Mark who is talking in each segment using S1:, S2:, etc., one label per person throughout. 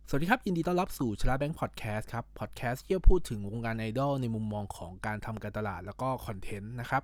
S1: สวัสดีครับยินดีต้อนรับสู่ชลาแบงค์พอดแคสต์ครับพอดแคสต์ที่จะพูดถึงวงการไอดอลในมุมมองของการทำการตลาดแล้วก็คอนเทนต์นะครับ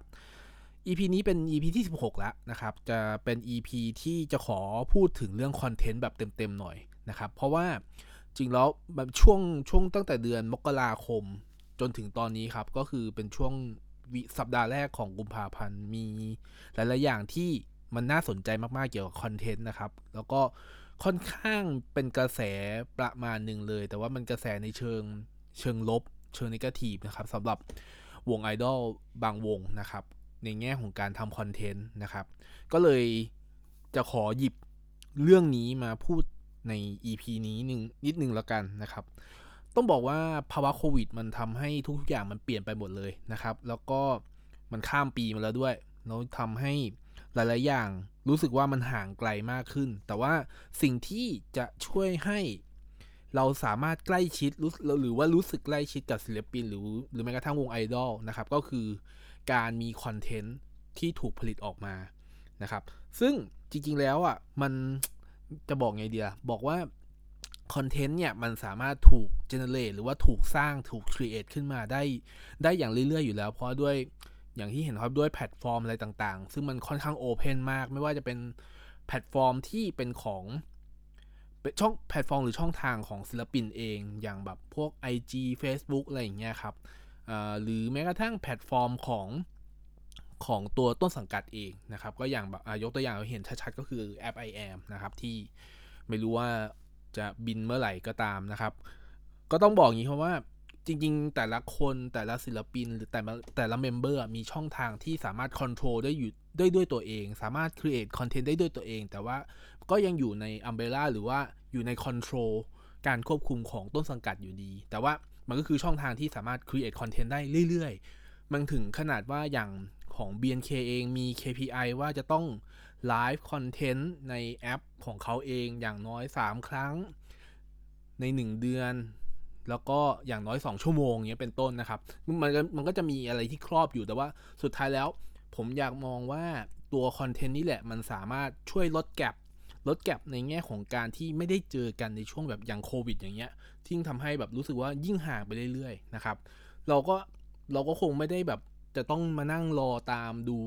S1: EP นี้เป็น EP ที่16แล้วนะครับจะเป็น EP ที่จะขอพูดถึงเรื่องคอนเทนต์แบบเต็มๆหน่อยนะครับเพราะว่าจริงแล้วแบบช่วงตั้งแต่เดือนมกราคมจนถึงตอนนี้ครับก็คือเป็นช่วงสัปดาห์แรกของกุมภาพันธ์มีหลายๆอย่างที่มันน่าสนใจมากๆเกี่ยวกับคอนเทนต์นะครับแล้วก็ค่อนข้างเป็นกระแสประมาณหนึ่งเลยแต่ว่ามันกระแสในเชิงลบเชิงเนกาทีฟนะครับสำหรับวงไอดอลบางวงนะครับในแง่ของการทำคอนเทนต์นะครับก็เลยจะขอหยิบเรื่องนี้มาพูดใน EP นี้นิดนึงแล้วกันนะครับต้องบอกว่าภาวะโควิดมันทำให้ทุกอย่างมันเปลี่ยนไปหมดเลยนะครับแล้วก็มันข้ามปีมาแล้วด้วยแล้วทำให้หลายๆอย่างรู้สึกว่ามันห่างไกลมากขึ้นแต่ว่าสิ่งที่จะช่วยให้เราสามารถใกล้ชิดหรือว่ารู้สึกใกล้ชิดกับศิลปินหรือแม้กระทั่งวงไอดอลนะครับก็คือการมีคอนเทนต์ที่ถูกผลิตออกมานะครับซึ่งจริงๆแล้วอ่ะมันจะบอกไงเดียบอกว่าคอนเทนต์เนี่ยมันสามารถถูกเจเนเรตหรือว่าถูกสร้างถูกครีเอทขึ้นมาได้อย่างเรื่อยๆอยู่แล้วเพราะด้วยอย่างที่เห็นครับด้วยแพลตฟอร์มอะไรต่างๆซึ่งมันค่อนข้างโอเพนมากไม่ว่าจะเป็นแพลตฟอร์มที่เป็นของช่องแพลตฟอร์มหรือช่องทางของศิลปินเองอย่างแบบพวก IG Facebook อะไรอย่างเงี้ยครับหรือแม้กระทั่งแพลตฟอร์มของตัวต้นสังกัดเองนะครับก็อย่างแบบยกตัวอย่างเราเห็นชัดๆก็คือแอป I am นะครับที่ไม่รู้ว่าจะบินเมื่อไหร่ก็ตามนะครับก็ต้องบอกอย่างนี้ครับว่าจริงๆแต่ละคนแต่ละศิลปินหรือแต่ละเมมเบอร์มีช่องทางที่สามารถคอนโทรลได้อยู่ด้วยตัวเองสามารถครีเอทคอนเทนต์ได้ด้วยตัวเองแต่ว่าก็ยังอยู่ในอัมเบร่าหรือว่าอยู่ในคอนโทรลการควบคุมของต้นสังกัดอยู่ดีแต่ว่ามันก็คือช่องทางที่สามารถครีเอทคอนเทนต์ได้เรื่อยๆมันถึงขนาดว่าอย่างของ BNK เองมี KPI ว่าจะต้องไลฟ์คอนเทนต์ในแอปของเขาเองอย่างน้อย3ครั้งใน1เดือนแล้วก็อย่างน้อย2ชั่วโมงเงี้ยเป็นต้นนะครับมันก็จะมีอะไรที่ครอบอยู่แต่ว่าสุดท้ายแล้วผมอยากมองว่าตัวคอนเทนต์นี่แหละมันสามารถช่วยลดแกปในแง่ของการที่ไม่ได้เจอกันในช่วงแบบอย่างโควิดอย่างเงี้ยที่ทำให้แบบรู้สึกว่ายิ่งห่างไปเรื่อยๆนะครับเราก็เราก็คงไม่ได้แบบจะต้องมานั่งรอตามดู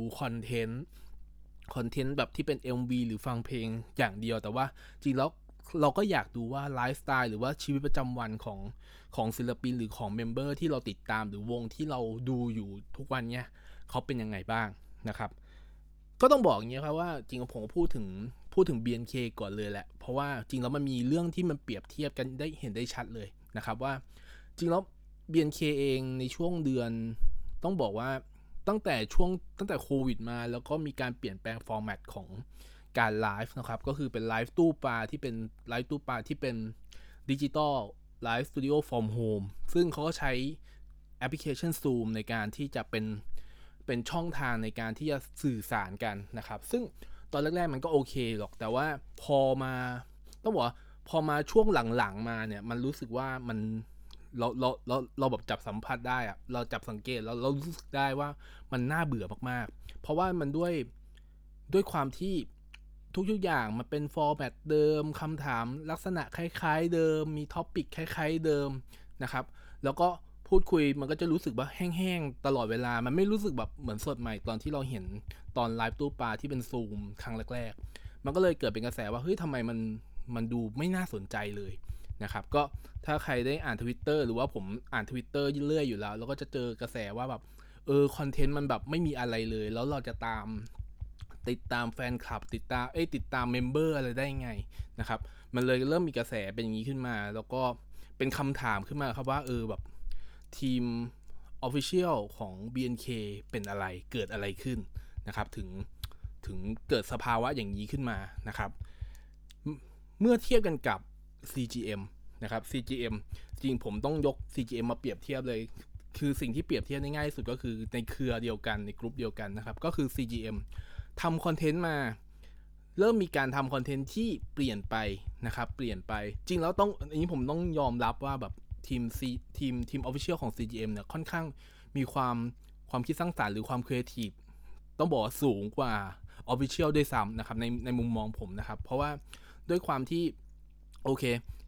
S1: คอนเทนต์แบบที่เป็น MV หรือฟังเพลงอย่างเดียวแต่ว่าจริงแล้วเราก็อยากดูว่าไลฟ์สไตล์หรือว่าชีวิตประจำวันของศิลปินหรือของเมมเบอร์ที่เราติดตามหรือวงที่เราดูอยู่ทุกวันเนี้ยเขาเป็นยังไงบ้างนะครับก็ต้องบอกอย่างเงี้ยครับว่าจริงๆผมพูดถึง BNK ก่อนเลยแหละเพราะว่าจริงแล้วมันมีเรื่องที่มันเปรียบเทียบกันได้เห็นได้ชัดเลยนะครับว่าจริงแล้ว BNK เองในช่วงเดือนต้องบอกว่า ตั้งแต่โควิดมาแล้วก็มีการเปลี่ยนแปลงฟอร์แมตของการไลฟ์นะครับก็คือเป็นไลฟ์ตู้ปลาที่เป็นไลฟ์ตู้ปลาที่เป็นดิจิตอลไลฟ์สตูดิโอฟอร์มโฮมซึ่งเขาก็ใช้แอปพลิเคชัน Zoom ในการที่จะเป็นช่องทางในการที่จะสื่อสารกันนะครับซึ่งตอนแรกๆมันก็โอเคหรอกแต่ว่าพอมาต้องบอกว่าพอมาช่วงหลังๆมาเนี่ยมันรู้สึกว่ามันเราแบบจับสัมผัสได้อะเราจับสังเกตแล้วเรารู้สึกได้ว่ามันน่าเบื่อมากๆเพราะว่ามันด้วยความที่ทุกอย่างมันเป็นฟอร์แมตเดิมคำถามลักษณะคล้ายๆเดิมมีท็อปิกคล้ายๆเดิมนะครับแล้วก็พูดคุยมันก็จะรู้สึกว่าแห้งๆตลอดเวลามันไม่รู้สึกแบบเหมือนสดใหม่ตอนที่เราเห็นตอนไลฟ์ตู้ปลาที่เป็นซูมครั้งแรกๆมันก็เลยเกิดเป็นกระแสว่าเฮ้ยทำไมมันดูไม่น่าสนใจเลยนะครับก็ถ้าใครได้อ่าน Twitter หรือว่าผมอ่าน Twitter เรื่อยๆอยู่แล้วก็จะเจอกระแสว่าแบบคอนเทนต์มันแบบไม่มีอะไรเลยแล้วเราจะติดตามแฟนคลับติดตามเมมเบอร์อะไรได้ไงนะครับมันเลยเริ่มมีกระแสเป็นอย่างนี้ขึ้นมาแล้วก็เป็นคำถามขึ้นมาครับว่าแบบทีม Official ของ BNK เป็นอะไรเกิดอะไรขึ้นนะครับถึงเกิดสภาวะอย่างนี้ขึ้นมานะครับเมื่อเทียบกันกับ CGM นะครับ CGM จริงผมต้องยก CGM มาเปรียบเทียบเลยคือสิ่งที่เปรียบเทียบได้ง่ายที่สุดก็คือในเครือเดียวกันในกลุ่มเดียวกันนะครับก็คือ CGM ทำคอนเทนต์มาเริ่มมีการทำคอนเทนต์ที่เปลี่ยนไปนะครับเปลี่ยนไปจริงแล้วอันนี้ผมต้องยอมรับว่าแบบทีม Official ของ CGM เนี่ยค่อนข้างมีความคิดสร้างสรรค์หรือความครีเอทีฟต้องบอกว่าสูงกว่า Official ด้วยซ้ำนะครับในมุมมองผมนะครับเพราะว่าด้วยความที่โอเค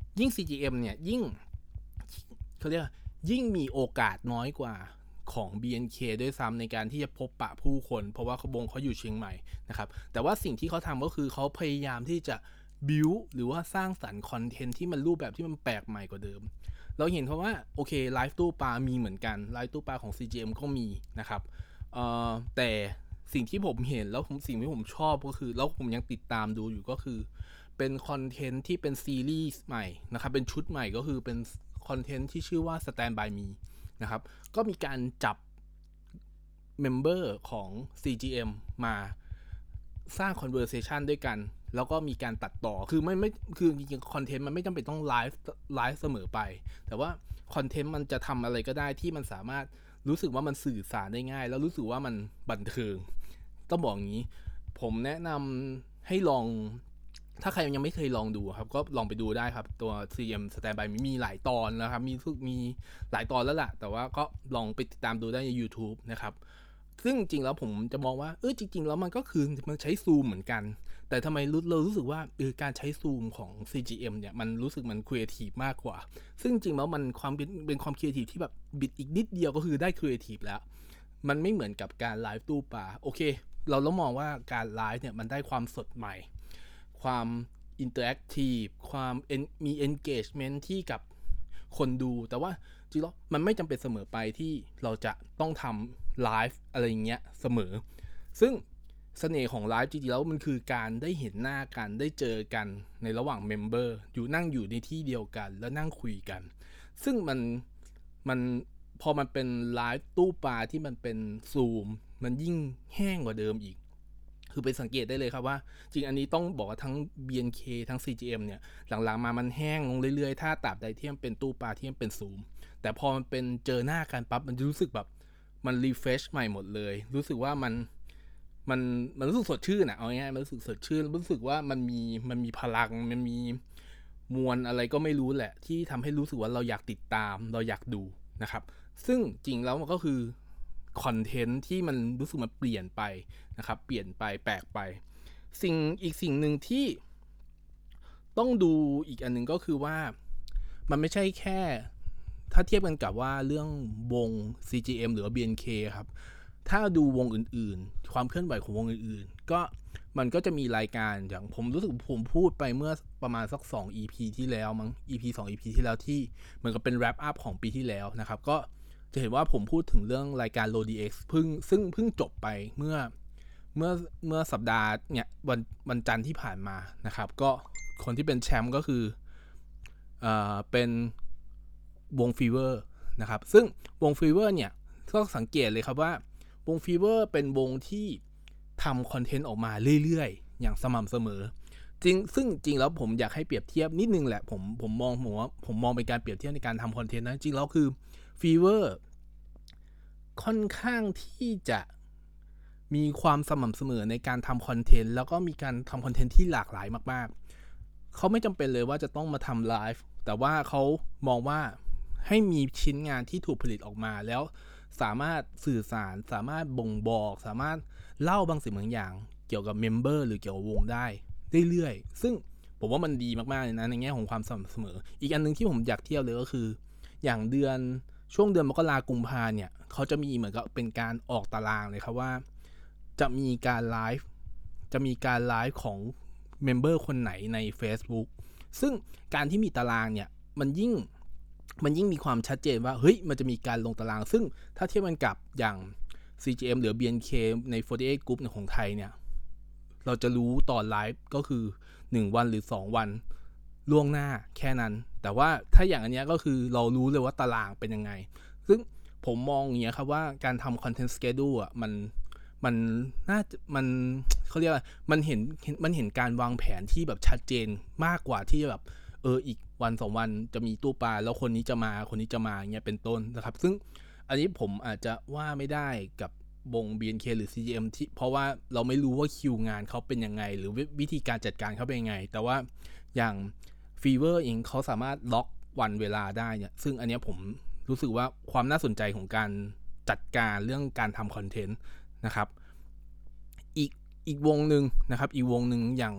S1: ยิ่ง CGM เนี่ยยิ่งเขาเรียกยิ่งมีโอกาสน้อยกว่าของ BNK ด้วยซ้ำในการที่จะพบปะผู้คนเพราะว่าเขาอยู่เชียงใหม่นะครับแต่ว่าสิ่งที่เขาทำก็คือเขาพยายามที่จะบิวหรือว่าสร้างสรรค์คอนเทนต์ที่มันรูปแบบที่มันแปลกใหม่กว่าเดิมเราเห็นเพราะว่าโอเคไลฟ์ตู้ปลามีเหมือนกันไลฟ์ตู้ปลาของ CGM ก็มีนะครับแต่สิ่งที่ผมเห็นแล้วสิ่งที่ผมชอบก็คือแล้วผมยังติดตามดูอยู่ก็คือเป็นคอนเทนต์ที่เป็นซีรีส์ใหม่นะครับเป็นชุดใหม่ก็คือเป็นคอนเทนต์ที่ชื่อว่า Stand by me นะครับก็มีการจับเมมเบอร์ของ CGM มาสร้าง conversation ด้วยกันแล้วก็มีการตัดต่อคือไม่คือจริงๆคอนเทนต์มันไม่จำเป็นต้องไลฟ์เสมอไปแต่ว่าคอนเทนต์มันจะทำอะไรก็ได้ที่มันสามารถรู้สึกว่ามันสื่อสารได้ง่ายแล้วรู้สึกว่ามันบันเทิงต้องบอกอย่างนี้ผมแนะนำให้ลองถ้าใครยังไม่เคยลองดูครับก็ลองไปดูได้ครับตัว CM Standby มีหลายตอนนะครับมีหลายตอนแล้วล่ะแต่ว่าก็ลองไปติดตามดูได้ใน YouTube นะครับซึ่งจริงแล้วผมจะมองว่าจริงๆแล้วมันก็คือมันใช้ซูมเหมือนกันแต่ทำไมเรารู้สึกว่าการใช้ซูมของ CGM เนี่ยมันรู้สึกมันครีเอทีฟมากกว่าซึ่งจริงแล้วมันเป็นความครีเอทีฟที่แบบบิดอีกนิดเดียวก็คือได้ครีเอทีฟแล้วมันไม่เหมือนกับการไลฟ์ตู้ปลาโอเคเราต้องมองว่าการไลฟ์เนี่ยมันได้ความสดใหม่ความอินเตอร์แอคทีฟความมี engagement ที่กับคนดูแต่ว่าจริงแล้วมันไม่จำเป็นเสมอไปที่เราจะต้องทำไลฟ์อะไรอย่างเงี้ยเสมอซึ่งเสน่ห์ของไลฟ์จริงๆแล้วมันคือการได้เห็นหน้ากันได้เจอกันในระหว่างเมมเบอร์นั่งอยู่ในที่เดียวกันแล้วนั่งคุยกันซึ่งมันพอมันเป็นไลฟ์ตู้ปลาที่มันเป็นซูมมันยิ่งแห้งกว่าเดิมอีกคือไปสังเกตได้เลยครับว่าจริงอันนี้ต้องบอกว่าทั้ง BNK ทั้ง CGM เนี่ยหลังๆมามันแห้งลงเรื่อยๆถ้าตราบใดที่มันเป็นตู้ปลาที่มันเป็นซูมแต่พอมันเป็นเจอหน้ากันปั๊บมันจะรู้สึกแบบมันรีเฟรชใหม่หมดเลยรู้สึกว่ามันรู้สึกสดชื่นอะเอาง่ายๆมันรู้สึกสดชื่นรู้สึกว่ามันมีพลังมันมีมวลอะไรก็ไม่รู้แหละที่ทำให้รู้สึกว่าเราอยากติดตามเราอยากดูนะครับซึ่งจริงแล้วมันก็คือคอนเทนต์ที่มันรู้สึกมันเปลี่ยนไปนะครับเปลี่ยนไปแปลกไปอีกสิ่งหนึ่งที่ต้องดูอีกอันนึงก็คือว่ามันไม่ใช่แค่ถ้าเทียบกันกับว่าเรื่องวง CGM หรือว่า BNK ครับถ้าดูวงอื่นๆความเคลื่อนไหวของวงอื่นๆก็มันก็จะมีรายการอย่างผมรู้สึกผมพูดไปเมื่อประมาณสัก2 EP ที่แล้วมั้ง EP 2 EP ที่แล้วที่เหมือนกับเป็น wrap up ของปีที่แล้วนะครับก็จะเห็นว่าผมพูดถึงเรื่องรายการ LODX ซึ่งเพิ่งจบไปเมื่อสัปดาห์เนี่ยวันจันทร์ที่ผ่านมานะครับก็คนที่เป็นแชมป์ก็คือเป็นวงฟีเวอร์นะครับซึ่งวงฟีเวอร์เนี่ยก็สังเกตเลยครับว่าวงฟีเวอร์เป็นวงที่ทำคอนเทนต์ออกมาเรื่อยๆอย่างสม่ำเสมอซึ่งจริงแล้วผมอยากให้เปรียบเทียบนิดนึงแหละผมมองเป็นการเปรียบเทียบในการทำคอนเทนต์นะจริงแล้วคือฟีเวอร์ค่อนข้างที่จะมีความสม่ำเสมอในการทำคอนเทนต์แล้วก็มีการทำคอนเทนต์ที่หลากหลายมากๆเขาไม่จำเป็นเลยว่าจะต้องมาทำไลฟ์แต่ว่าเขามองว่าให้มีชิ้นงานที่ถูกผลิตออกมาแล้วสามารถสื่อสารสามารถบ่งบอกสามารถเล่าบางสิ่งบางอย่างเกี่ยวกับเมมเบอร์หรือเกี่ยวกับวงได้เรื่อยๆซึ่งผมว่ามันดีมากๆเลยนะในแง่ของความสม่ำเสมออีกอันนึงที่ผมอยากเทียบเลยก็คืออย่างช่วงเดือนมกราคมกุมภาเนี่ยเขาจะมีเหมือนกับเป็นการออกตารางเลยครับว่าจะมีการไลฟ์ของเมมเบอร์คนไหนใน Facebook ซึ่งการที่มีตารางเนี่ยมันยิ่งมีความชัดเจนว่าเฮ้ยมันจะมีการลงตารางซึ่งถ้าเทียบกันกับอย่าง CGM หรือ BNK ใน48 Group ของไทยเนี่ยเราจะรู้ตอนไลฟ์ก็คือ1วันหรือ2วันล่วงหน้าแค่นั้นแต่ว่าถ้าอย่างอันนี้ก็คือเรารู้เลยว่าตารางเป็นยังไงซึ่งผมมองอย่างเงี้ยครับว่าการทำ content schedule อ่ะมันน่าจะเขาเรียกว่ามันเห็นการวางแผนที่แบบชัดเจนมากกว่าที่แบบอีกวัน2วันจะมีตู้ปลาแล้วคนนี้จะมาเงี้ยเป็นต้นนะครับซึ่งอันนี้ผมอาจจะว่าไม่ได้กับวง BNK หรือ CGM ที่เพราะว่าเราไม่รู้ว่าคิวงานเขาเป็นยังไงหรือวิธีการจัดการเขาเป็นยังไงแต่ว่าอย่างฟีเวอร์เองเขาสามารถล็อกวันเวลาได้เนี่ยซึ่งอันนี้ผมรู้สึกว่าความน่าสนใจของการจัดการเรื่องการทำคอนเทนต์นะครับอีกวงหนึ่งนะครับอีกวงหนึ่งอย่าง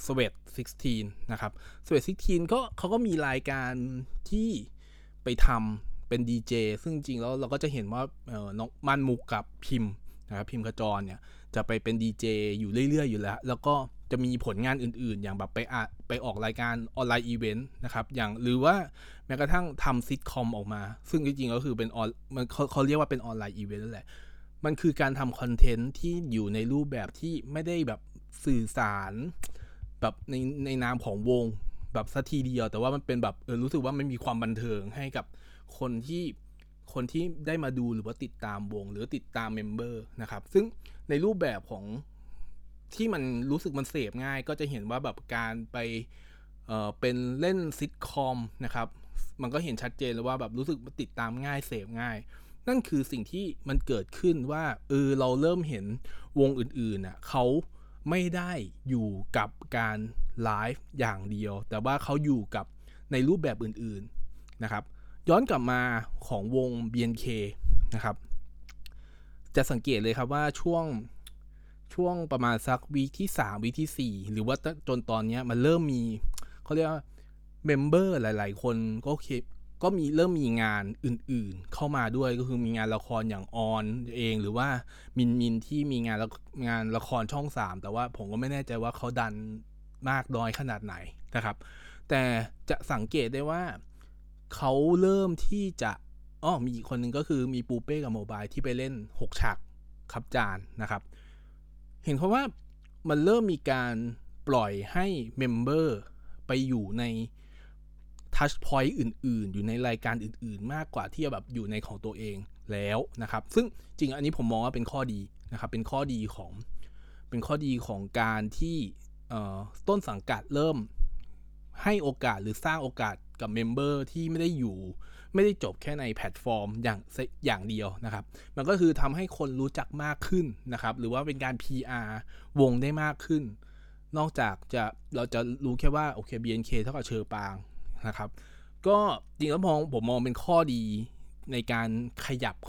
S1: Sweat 16นะครับ Sweat 16ก็เขาก็มีรายการที่ไปทำเป็นดีเจซึ่งจริงแล้วเราก็จะเห็นว่าน้องมันมุกกับพิมพ์นะครับพิมพ์ขจรเนี่ยจะไปเป็นดีเจอยู่เรื่อยๆอยู่แล้วก็จะมีผลงานอื่นๆอย่างแบบไปออกรายการออนไลน์อีเวนต์นะครับอย่างหรือว่าแม้กระทั่งทำซิทคอมออกมาซึ่งจริงๆก็คือเป็นมันเขาเรียกว่าเป็นออนไลน์อีเวนต์นั่นแหละมันคือการทำคอนเทนต์ที่อยู่ในรูปแบบที่ไม่ได้แบบสื่อสารแบบในนามของวงแบบสักทีเดียวแต่ว่ามันเป็นแบบรู้สึกว่ามันมีความบันเทิงให้กับคนที่ได้มาดูหรือว่าติดตามวงหรือติดตามเมมเบอร์นะครับซึ่งในรูปแบบของที่มันรู้สึกมันเสพง่ายก็จะเห็นว่าแบบการไปเป็นเล่นซิทคอมนะครับมันก็เห็นชัดเจนเลยว่าแบบรู้สึกติดตามง่ายเสพง่ายนั่นคือสิ่งที่มันเกิดขึ้นว่าเราเริ่มเห็นวงอื่นๆน่ะเขาไม่ได้อยู่กับการไลฟ์อย่างเดียวแต่ว่าเขาอยู่กับในรูปแบบอื่นๆนะครับย้อนกลับมาของวง BNK นะครับจะสังเกตเลยครับว่าช่วงประมาณสักวีคที่3วีคที่4หรือว่าจนตอนนี้มันเริ่มมีเขาเรียกว่าเมมเบอร์หลายๆคนก็เริ่มมีงานอื่นๆเข้ามาด้วยก็คือมีงานละครอย่างออนเองหรือว่ามินที่มีงานละครช่อง3แต่ว่าผมก็ไม่แน่ใจว่าเขาดันมากน้อยขนาดไหนนะครับแต่จะสังเกตได้ว่าเขาเริ่มที่จะมีอีกคนนึงก็คือมีปูเป้กับโมบายที่ไปเล่น6ฉากครับจานนะครับเห็นเขาว่ามันเริ่มมีการปล่อยให้เมมเบอร์ไปอยู่ในทัชพอยต์อื่นๆอยู่ในรายการอื่นๆมากกว่าที่จะแบบอยู่ในของตัวเองแล้วนะครับซึ่งจริงอันนี้ผมมองว่าเป็นข้อดีนะครับเป็นข้อดีของการที่ต้นสังกัดเริ่มให้โอกาสหรือสร้างโอกาสกับเมมเบอร์ที่ไม่ได้จบแค่ในแพลตฟอร์มอย่างเดียวนะครับมันก็คือทำให้คนรู้จักมากขึ้นนะครับหรือว่าเป็นการ PR วงได้มากขึ้นนอกจากเราจะรู้แค่ว่าโอเค BNK เท่ากับเชอปางนะครับก็จริงแล้วผมมองเป็นข้อดีในการขยับ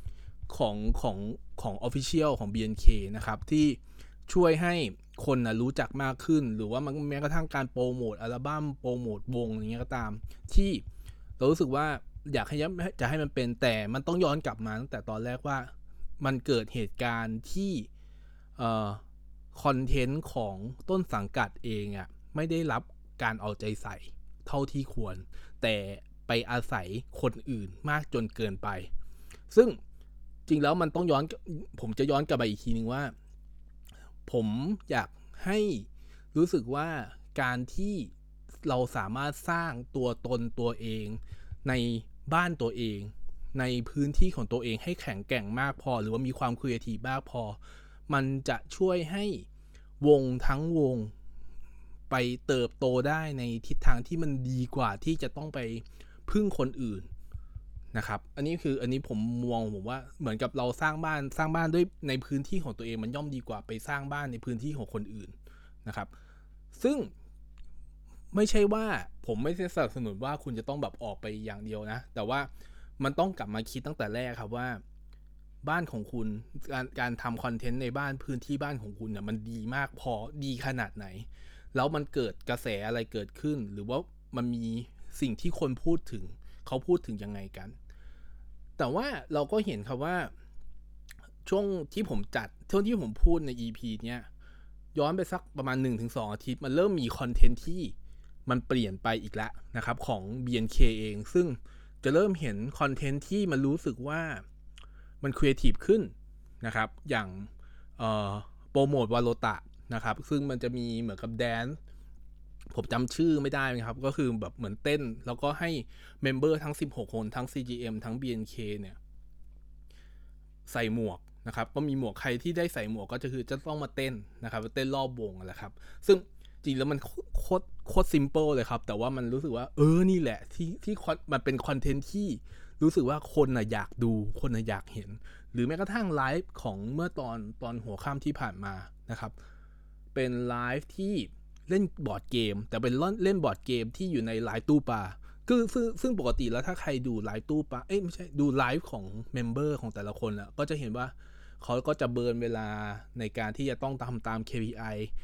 S1: ของ Official ของ BNK นะครับที่ช่วยให้คนรู้จักมากขึ้นหรือว่ามันแม้กระทั่งการโปรโมทอัลบั้มโปรโมทวงอย่างเงี้ยก็ตามที่เรารู้สึกว่าอยากจะให้มันเป็นแต่มันต้องย้อนกลับมาตั้งแต่ตอนแรกว่ามันเกิดเหตุการณ์ที่คอนเทนต์ของต้นสังกัดเองไม่ได้รับการเอาใจใส่เท่าที่ควรแต่ไปอาศัยคนอื่นมากจนเกินไปซึ่งจริงแล้วมันต้องผมจะย้อนกลับไปอีกทีนึงว่าผมอยากให้รู้สึกว่าการที่เราสามารถสร้างตัวตนตัวเองในบ้านตัวเองในพื้นที่ของตัวเองให้แข็งแกร่งมากพอหรือว่ามีความครีเอทีฟมากพอมันจะช่วยให้วงทั้งวงไปเติบโตได้ในทิศทางที่มันดีกว่าที่จะต้องไปพึ่งคนอื่นนะครับอันนี้ผมว่าเหมือนกับเราสร้างบ้านด้วยในพื้นที่ของตัวเองมันย่อมดีกว่าไปสร้างบ้านในพื้นที่ของคนอื่นนะครับซึ่งไม่ใช่ว่าผมไม่ได้สนับสนุนว่าคุณจะต้องแบบออกไปอย่างเดียวนะแต่ว่ามันต้องกลับมาคิดตั้งแต่แรกครับว่าบ้านของคุณการทำคอนเทนต์ในบ้านพื้นที่บ้านของคุณเนี่ยมันดีมากพอดีขนาดไหนแล้วมันเกิดกระแสอะไรเกิดขึ้นหรือว่ามันมีสิ่งที่คนพูดถึงเขาพูดถึงยังไงกันแต่ว่าเราก็เห็นครับว่าช่วงที่ผมพูดใน EP เนี้ยย้อนไปสักประมาณ 1-2 อาทิตย์มันเริ่มมีคอนเทนต์ที่มันเปลี่ยนไปอีกแล้วนะครับของ BNK เองซึ่งจะเริ่มเห็นคอนเทนต์ที่มันรู้สึกว่ามันครีเอทีฟขึ้นนะครับอย่างโปรโมทวาโลตะนะครับซึ่งมันจะมีเหมือนกับแดนซ์ผมจำชื่อไม่ได้นะครับก็คือแบบเหมือนเต้นแล้วก็ให้เมมเบอร์ทั้ง16คนทั้ง CGM ทั้ง BNK เนี่ยใส่หมวกนะครับก็มีหมวกใครที่ได้ใส่หมวกก็จะต้องมาเต้นนะครับเต้นรอบวงแหละครับซึ่งจริงแล้วมันโคตรซิมเปิลเลยครับแต่ว่ามันรู้สึกว่านี่แหละที่มันเป็นคอนเทนต์ที่รู้สึกว่าคนอยากดูคนอยากเห็นหรือแม้กระทั่งไลฟ์ของเมื่อตอนหัวค่ำที่ผ่านมานะครับเป็นไลฟ์ที่เล่นบอร์ดเกมแต่เป็นเล่นบอร์ดเกมที่อยู่ในไลฟ์ตู้ปลาซึ่งปกติแล้วถ้าใครดูไลฟ์ตู้ปลาไม่ใช่ดูไลฟ์ของเมมเบอร์ของแต่ละคนก็จะเห็นว่าเขาก็จะเบิร์นเวลาในการที่จะต้องทำตาม KPI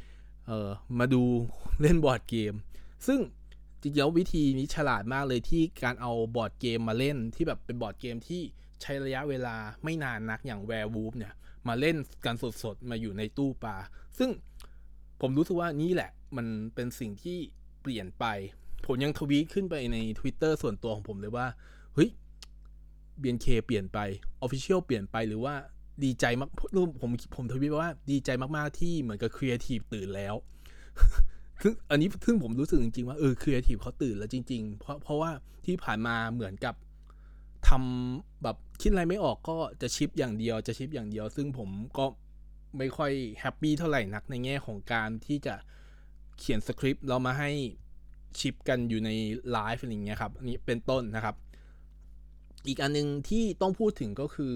S1: มาดูเล่นบอร์ดเกมซึ่งจริงๆวิธีนี้ฉลาดมากเลยที่การเอาบอร์ดเกมมาเล่นที่แบบเป็นบอร์ดเกมที่ใช้ระยะเวลาไม่นานนักอย่าง Werewolf เนี่ยมาเล่นกันสดๆมาอยู่ในตู้ปลาซึ่งผมรู้สึกว่านี่แหละมันเป็นสิ่งที่เปลี่ยนไปผมยังทวีตขึ้นไปใน Twitter ส่วนตัวของผมเลยว่าเฮ้ย BNK เปลี่ยนไป Official เปลี่ยนไปหรือว่าดีใจมากผมทวีตว่าดีใจมากๆที่เหมือนกับ Creative ตื่นแล้วซึ่งผมรู้สึกจริงๆว่าCreative เขาตื่นแล้วจริงๆเพราะว่าที่ผ่านมาเหมือนกับทำแบบคิดอะไรไม่ออกก็จะชิปอย่างเดียวซึ่งผมก็ไม่ค่อยแฮปปี้เท่าไหร่นักในแง่ของการที่จะเขียนสคริปต์เรามาให้ชิปกันอยู่ในไลฟ์อะไรอย่างเงี้ยครับอันนี้เป็นต้นนะครับอีกอันนึงที่ต้องพูดถึงก็คือ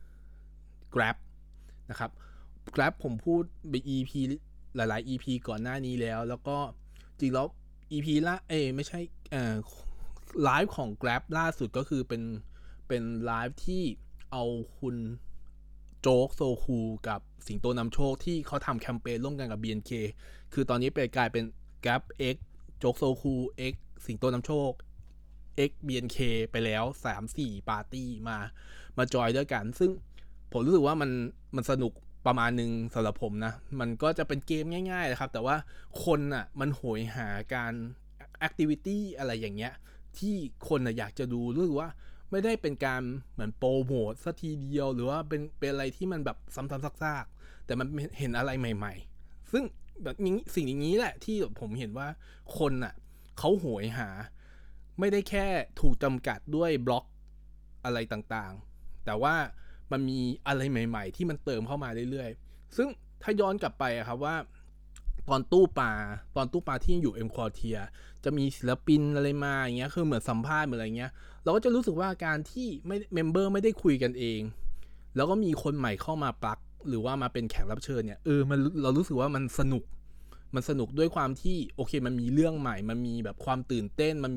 S1: Grab นะครับ Grab ผมพูดไป EP หลายๆ EP ก่อนหน้านี้แล้วก็จริงแล้ว EP ละไม่ใช่ไลฟ์ของ Grab ล่าสุดก็คือเป็นไลฟ์ที่เอาคุณโจ๊กโซคูกับสิงโตนำโชคที่เขาทำแคมเปญร่วมกันกับ BNK คือตอนนี้ไปกลายเป็น Grab X โจ๊กโซคู X สิงโตนำโชค X BNK ไปแล้ว 3-4 ปาร์ตี้มาจอยด้วยกันซึ่งผมรู้สึกว่ามันสนุกประมาณนึงสำหรับผมนะมันก็จะเป็นเกมง่ายๆนะครับแต่ว่าคนอ่ะมันโหยหาการแอคทิวิตี้อะไรอย่างเงี้ยที่คนอ่ะอยากจะดูรู้สึกว่าไม่ได้เป็นการเหมือนโปรโมทสักทีเดียวหรือว่าเป็นอะไรที่มันแบบซ้ำๆซากๆแต่มันเห็นอะไรใหม่ๆซึ่งแบบนี้สิ่งอย่างนี้แหละที่ผมเห็นว่าคนอ่ะเขาโหยหาไม่ได้แค่ถูกจำกัดด้วยบล็อกอะไรต่างๆแต่ว่ามันมีอะไรใหม่ๆที่มันเติมเข้ามาเรื่อยๆซึ่งถ้าย้อนกลับไปครับว่าตอนตู้ปลาที่อยู่เอ็มควอเทียจะมีศิลปินอะไรมาอย่างเงี้ยคือเหมือนสัมภาษณ์เหมือนอะไรเงี้ยเราก็จะรู้สึกว่าการที่ไม่เมมเบอร์ไม่ได้คุยกันเองแล้วก็มีคนใหม่เข้ามาปลั๊กหรือว่ามาเป็นแขกรับเชิญเนี่ยเรารู้สึกว่ามันสนุกด้วยความที่โอเคมันมีเรื่องใหม่มันมีแบบความตื่นเต้นมัน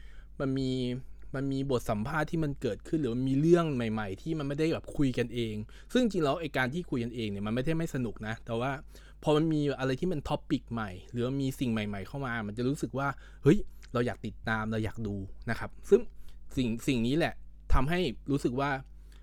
S1: มีบทสัมภาษณ์ที่มันเกิดขึ้นหรือมันมีเรื่องใหม่ๆที่มันไม่ได้แบบคุยกันเองซึ่งจริงแล้วไอ้การที่คุยกันเองเนี่ยมันไม่ได้ไม่สนุกนะแต่ว่าพอมันมีอะไรที่มันท็อปิกใหม่หรือมีสิ่งใหม่ๆเข้ามามันจะรู้สึกว่าเฮ้ยเราอยากติดตามเราอยากดูนะครับซึ่งสิ่งนี้แหละทำให้รู้สึกว่า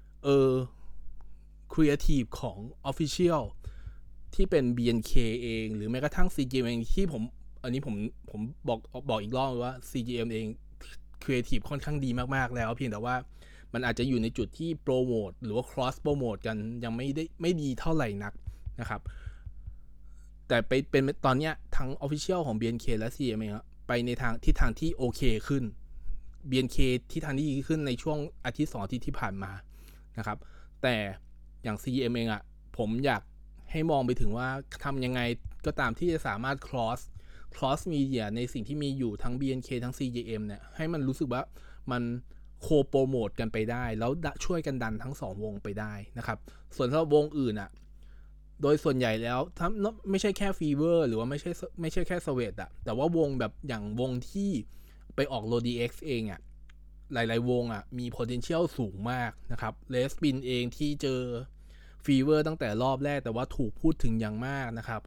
S1: ครีเอทีฟของ Official ที่เป็น BNK เองหรือแม้กระทั่ง CGM เองที่อันนี้ผมบอกอีกรอบว่า CGM เองครีเอทีฟค่อนข้างดีมากๆแล้วเพียงแต่ว่ามันอาจจะอยู่ในจุดที่โปรโมทหรือว่า cross โปรโมทกันยังไม่ดีเท่าไหร่นักนะครับแต่เป็นตอนนี้ทั้ง Official ของ BNK และ CGM เองไปในทิศทางที่โอเคขึ้น BNK ที่ทางที่ดีขึ้นในช่วงอาทิตย์2 อาทิตย์ที่ผ่านมานะครับแต่อย่าง CGM เองผมอยากให้มองไปถึงว่าทำยังไงก็ตามที่จะสามารถ cross media ในสิ่งที่มีอยู่ทั้ง BNK ทั้ง CGM เนี่ยให้มันรู้สึกว่ามันโคโปรโมทกันไปได้แล้วช่วยกันดันทั้ง2วงไปได้นะครับส่วนสำหรับวงอื่นโดยส่วนใหญ่แล้วไม่ใช่แค่ฟีเวอร์หรือว่าไม่ใช่แค่สเวตแต่ว่าวงแบบอย่างวงที่ไปออก LODX เองหลายๆวงมี potential สูงมากนะครับเลสปินเองที่เจอฟีเวอร์ตั้งแต่รอบแรกแต่ว่าถูกพูดถึงอย่างมากนะครับ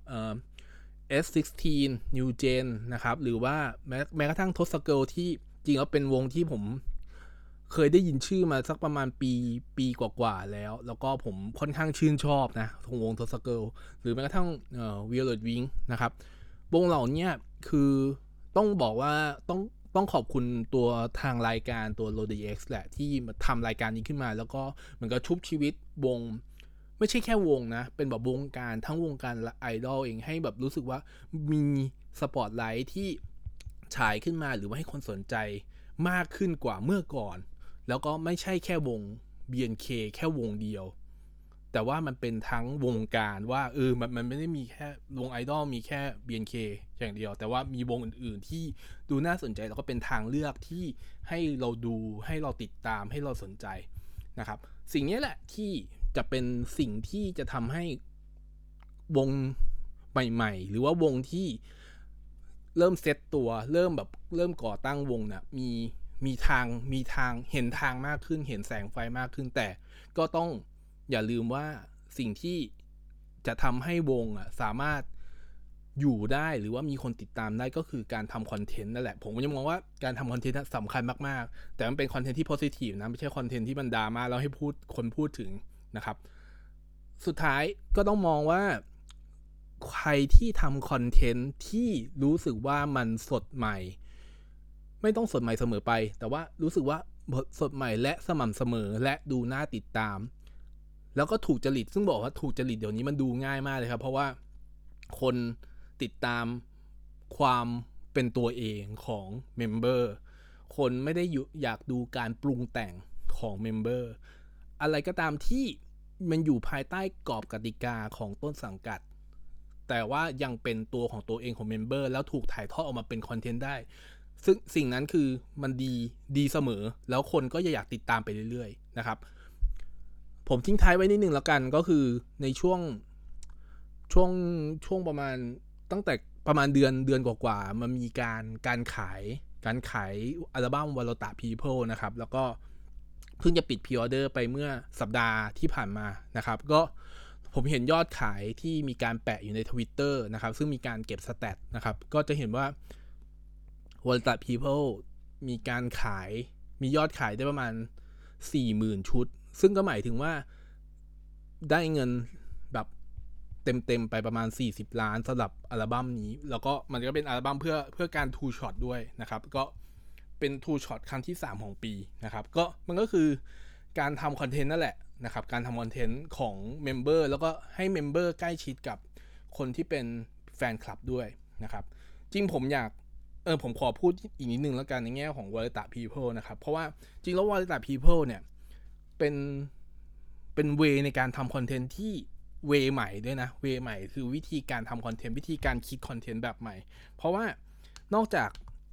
S1: S16 New Gen นะครับหรือว่าแม้กระทั่งทศเกิลที่จริงแล้วเป็นวงที่ผมเคยได้ยินชื่อมาสักประมาณปีกว่าๆแล้วก็ผมค่อนข้างชื่นชอบนะของวงทศเกิลหรือแม้กระทั่งViolet Wing นะครับวงเหล่านี้คือต้องบอกว่าต้องขอบคุณตัวทางรายการตัว LODX แหละที่มาทำรายการนี้ขึ้นมาแล้วก็เหมือนกับชุบชีวิตวงไม่ใช่แค่วงนะเป็นแบบวงการทั้งวงการไอดอลเองให้แบบรู้สึกว่ามีสปอตไลท์ที่ฉายขึ้นมาหรือว่าให้คนสนใจมากขึ้นกว่าเมื่อก่อนแล้วก็ไม่ใช่แค่วง BNK แค่วงเดียวแต่ว่ามันเป็นทั้งวงการว่ามันไม่ได้มีแค่วงไอดอลมีแค่ BNK อย่างเดียวแต่ว่ามีวงอื่นๆที่ดูน่าสนใจแล้วก็เป็นทางเลือกที่ให้เราดูให้เราติดตามให้เราสนใจนะครับสิ่งนี้แหละที่จะเป็นสิ่งที่จะทำให้วงใหม่ๆหรือว่าวงที่เริ่มเซตตัวเริ่มก่อตั้งวงเนี่ยมีทางเห็นทางมากขึ้นเห็นแสงไฟมากขึ้นแต่ก็ต้องอย่าลืมว่าสิ่งที่จะทำให้วงสามารถอยู่ได้หรือว่ามีคนติดตามได้ก็คือการทำคอนเทนต์นั่นแหละผมก็ยังมองว่าการทำคอนเทนต์สำคัญมากๆแต่มันเป็นคอนเทนต์ที่โพสิทีฟนะไม่ใช่คอนเทนต์ที่มันดราม่าแล้วให้คนพูดถึงนะครับสุดท้ายก็ต้องมองว่าใครที่ทำคอนเทนต์ที่รู้สึกว่ามันสดใหม่ไม่ต้องสดใหม่เสมอไปแต่ว่ารู้สึกว่าสดใหม่และสม่ำเสมอและดูน่าติดตามแล้วก็ถูกจริตซึ่งบอกว่าถูกจริตเดี๋ยวนี้มันดูง่ายมากเลยครับเพราะว่าคนติดตามความเป็นตัวเองของเมมเบอร์คนไม่ได้อยากดูการปรุงแต่งของเมมเบอร์อะไรก็ตามที่มันอยู่ภายใต้กรอบกติกาของต้นสังกัดแต่ว่ายังเป็นตัวของตัวเองของเมมเบอร์แล้วถูกถ่ายทอดออกมาเป็นคอนเทนต์ได้ซึ่งสิ่งนั้นคือมันดีเสมอแล้วคนก็อยากติดตามไปเรื่อยๆนะครับผมทิ้งท้ายไว้นิดนึงแล้วกันก็คือในช่วงประมาณตั้งแต่ประมาณเดือนกว่าๆมันมีการขายอัลบั้ม Walota People นะครับแล้วก็เพิ่งจะปิดพรีออเดอร์ไปเมื่อสัปดาห์ที่ผ่านมานะครับก็ผมเห็นยอดขายที่มีการแปะอยู่ใน Twitter นะครับซึ่งมีการเก็บสแตทนะครับก็จะเห็นว่า Walota People มียอดขายได้ประมาณ 40,000 ชุดซึ่งก็หมายถึงว่าได้เงินแบบเต็มไปประมาณ40 ล้านสำหรับอัลบั้มนี้แล้วก็มันก็เป็นอัลบั้มเพื่อการ Two Shot ด้วยนะครับก็เป็น Two Shot ครั้งที่3ของปีนะครับก็มันก็คือการทำคอนเทนต์นั่นแหละนะครับการทำคอนเทนต์ของเมมเบอร์แล้วก็ให้เมมเบอร์ใกล้ชิดกับคนที่เป็นแฟนคลับด้วยนะครับจริงผมอยากผมขอพูดอีกนิดนึงแล้วกันในแง่ของ Walota People นะครับเพราะว่าจริงแล้ว Walota People เนี่ยเป็นเวในการทำคอนเทนต์ที่เวใหม่ด้วยนะเวใหม่คือวิธีการทำคอนเทนต์วิธีการคิดคอนเทนต์แบบใหม่เพราะว่านอกจาก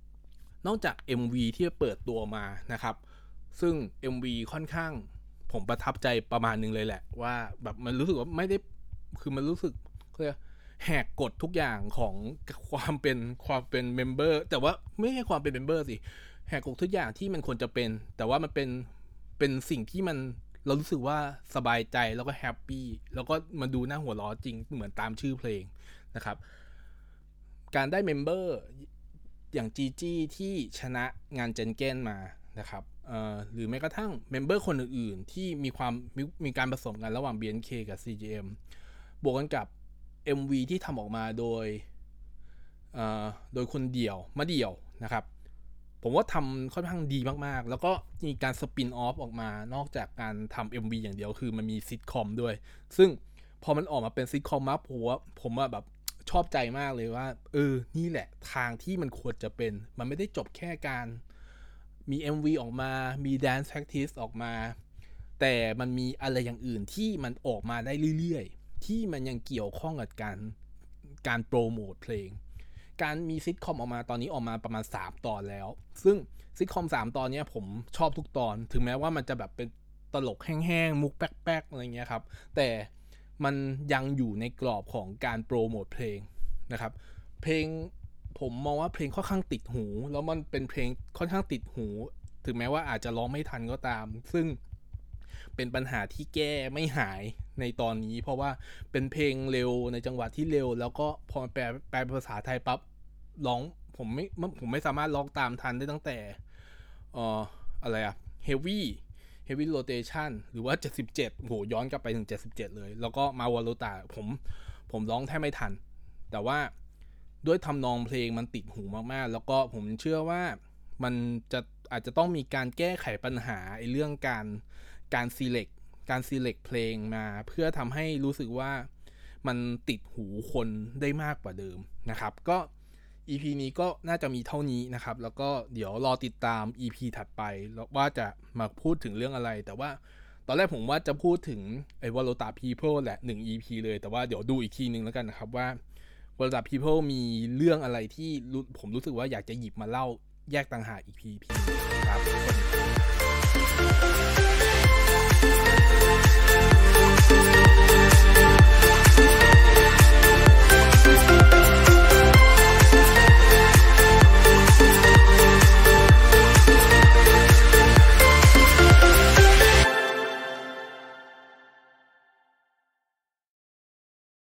S1: MV ที่เปิดตัวมานะครับซึ่ง MV ค่อนข้างผมประทับใจประมาณนึงเลยแหละว่าแบบมันรู้สึกว่าไม่ได้คือมันรู้สึกแหกกฎทุกอย่างของความเป็นเมมเบอร์แต่ว่าไม่ใช่ความเป็นเมมเบอร์สิแหกกฎทุกอย่างที่มันควรจะเป็นแต่ว่ามันเป็นสิ่งที่มันเรารู้สึกว่าสบายใจแล้วก็แฮปปี้แล้วก็มันดูน่าหัวเราะจริงเหมือนตามชื่อเพลงนะครับการได้เมมเบอร์อย่างจีจี้ที่ชนะงานเจนเก้นมานะครับหรือแม้กระทั่งเมมเบอร์คนอื่นๆที่มีการผสมกันระหว่าง BNK กับ CJM บวกกันกับ MV ที่ทำออกมาโดยคนเดี่ยวนะครับผมว่าทำค่อนข้างดีมากๆแล้วก็มีการสปินออฟออกมานอกจากการทำ MV อย่างเดียวคือมันมีซิทคอมด้วยซึ่งพอมันออกมาเป็นซิทคอมมาผมว่าแบบชอบใจมากเลยว่านี่แหละทางที่มันควรจะเป็นมันไม่ได้จบแค่การมี MV ออกมามี Dance Practice ออกมาแต่มันมีอะไรอย่างอื่นที่มันออกมาได้เรื่อยๆที่มันยังเกี่ยวข้องกับการโปรโมทเพลงการมีซิทคอมออกมาตอนนี้ออกมาประมาณ3 ตอนแล้วซึ่งซิทคอม3 ตอนนี้ผมชอบทุกตอนถึงแม้ว่ามันจะแบบเป็นตลกแห้งๆมุกแป๊กๆอะไรเงี้ยครับแต่มันยังอยู่ในกรอบของการโปรโมทเพลงนะครับเพลงผมมองว่าเพลงค่อนข้างติดหูแล้วมันเป็นเพลงค่อนข้างติดหูถึงแม้ว่าอาจจะร้องไม่ทันก็ตามซึ่งเป็นปัญหาที่แก้ไม่หายในตอนนี้เพราะว่าเป็นเพลงเร็วในจังหวะที่เร็วแล้วก็พอแปลภาษาไทยปั๊บร้องผมไม่สามารถร้องตามทันได้ตั้งแต่อะไรอะ Heavy Rotation หรือว่า77โหย้อนกลับไปถึง77เลยแล้วก็มา Walota ผมร้องแทบไม่ทันแต่ว่าด้วยทำนองเพลงมันติดหูมากๆแล้วก็ผมเชื่อว่ามันอาจจะต้องมีการแก้ไขปัญหาเรื่องการ select เพลงมาเพื่อทำให้รู้สึกว่ามันติดหูคนได้มากกว่าเดิมนะครับก็ EP นี้ก็น่าจะมีเท่านี้นะครับแล้วก็เดี๋ยวรอติดตาม EP ถัดไปว่าจะมาพูดถึงเรื่องอะไรแต่ว่าตอนแรกผมว่าจะพูดถึงWalota People แหละ1 EP เลยแต่ว่าเดี๋ยวดูอีกทีนึงแล้วกันนะครับว่า Walota People มีเรื่องอะไรที่ผมรู้สึกว่าอยากจะหยิบมาเล่าแยกต่างหากอีก EP ครับ